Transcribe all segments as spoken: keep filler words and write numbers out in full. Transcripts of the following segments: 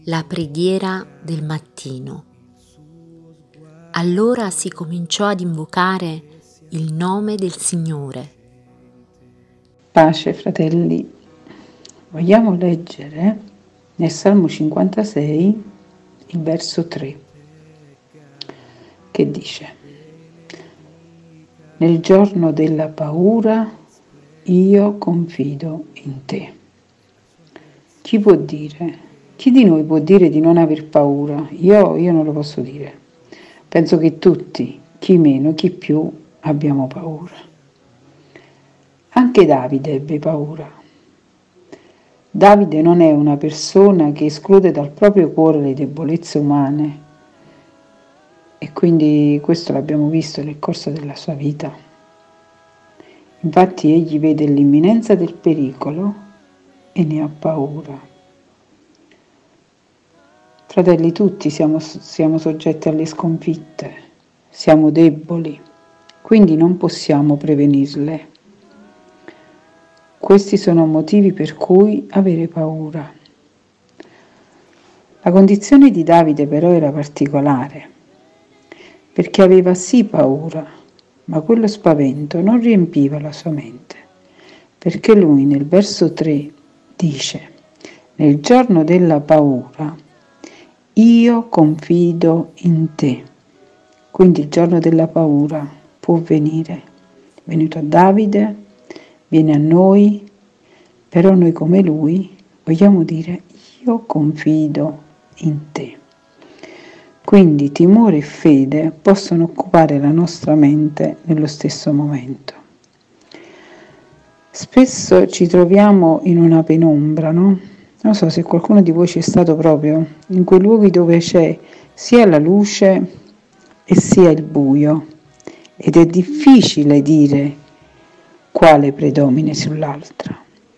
La preghiera del mattino. Allora si cominciò ad invocare il nome del Signore. Pace, fratelli. Vogliamo leggere nel Salmo cinquantasei il verso tre, che dice: Nel giorno della paura io confido in te. Chi può dire? Chi di noi può dire di non aver paura? Io, io non lo posso dire. Penso che tutti, chi meno, chi più, abbiamo paura. Anche Davide ebbe paura. Davide non è una persona che esclude dal proprio cuore le debolezze umane, e quindi questo l'abbiamo visto nel corso della sua vita. Infatti egli vede l'imminenza del pericolo e ne ha paura. Fratelli, tutti siamo, siamo soggetti alle sconfitte, siamo deboli, quindi non possiamo prevenirle. Questi sono motivi per cui avere paura. La condizione di Davide però era particolare, perché aveva sì paura, ma quello spavento non riempiva la sua mente, perché lui nel verso tre dice: nel giorno della paura io confido in te. Quindi il giorno della paura può venire, è venuto a Davide, viene a noi, però noi come lui vogliamo dire: io confido in te. Quindi timore e fede possono occupare la nostra mente nello stesso momento. Spesso ci troviamo in una penombra, no? Non so se qualcuno di voi c'è stato proprio in quei luoghi dove c'è sia la luce e sia il buio, ed è difficile dire quale predomini sull'altra.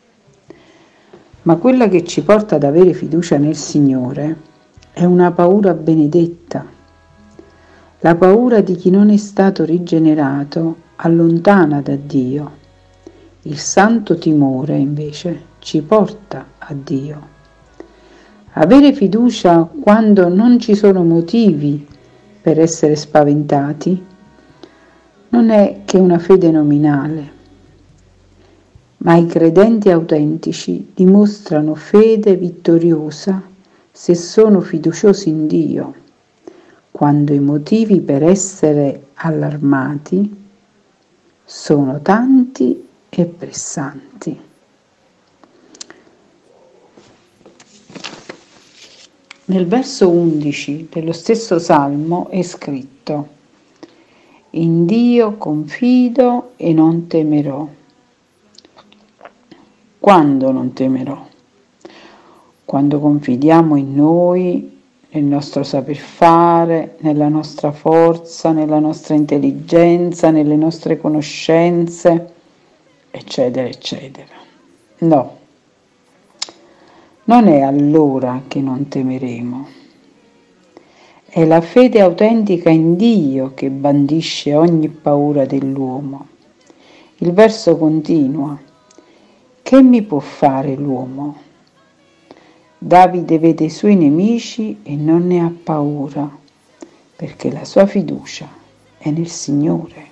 Ma quella che ci porta ad avere fiducia nel Signore è una paura benedetta. La paura di chi non è stato rigenerato allontana da Dio. Il santo timore, invece, ci porta a Dio. Avere fiducia quando non ci sono motivi per essere spaventati non è che una fede nominale, ma i credenti autentici dimostrano fede vittoriosa se sono fiduciosi in Dio, quando i motivi per essere allarmati sono tanti e pressanti. Nel verso undici dello stesso Salmo è scritto: in Dio confido e non temerò. Quando non temerò? Quando confidiamo in noi, nel nostro saper fare, nella nostra forza, nella nostra intelligenza, nelle nostre conoscenze, eccetera, eccetera. No, non è allora che non temeremo. È la fede autentica in Dio che bandisce ogni paura dell'uomo. Il verso continua: che mi può fare l'uomo? Davide vede i suoi nemici e non ne ha paura, perché la sua fiducia è nel Signore.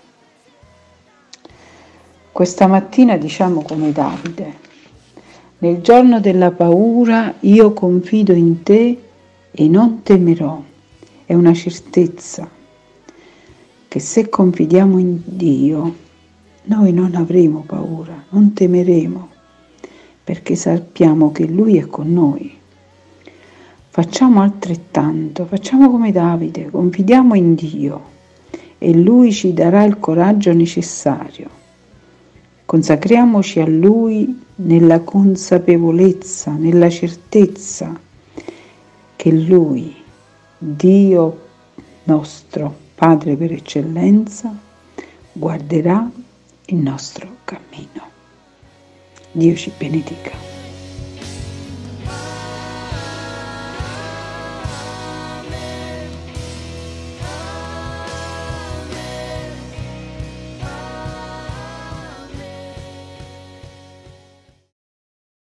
Questa mattina diciamo come Davide: nel giorno della paura io confido in te e non temerò. È una certezza che se confidiamo in Dio noi non avremo paura, non temeremo, perché sappiamo che Lui è con noi. Facciamo altrettanto, facciamo come Davide, confidiamo in Dio e Lui ci darà il coraggio necessario. Consacriamoci a Lui nella consapevolezza, nella certezza che Lui, Dio nostro, Padre per eccellenza, guarderà il nostro cammino. Dio ci benedica.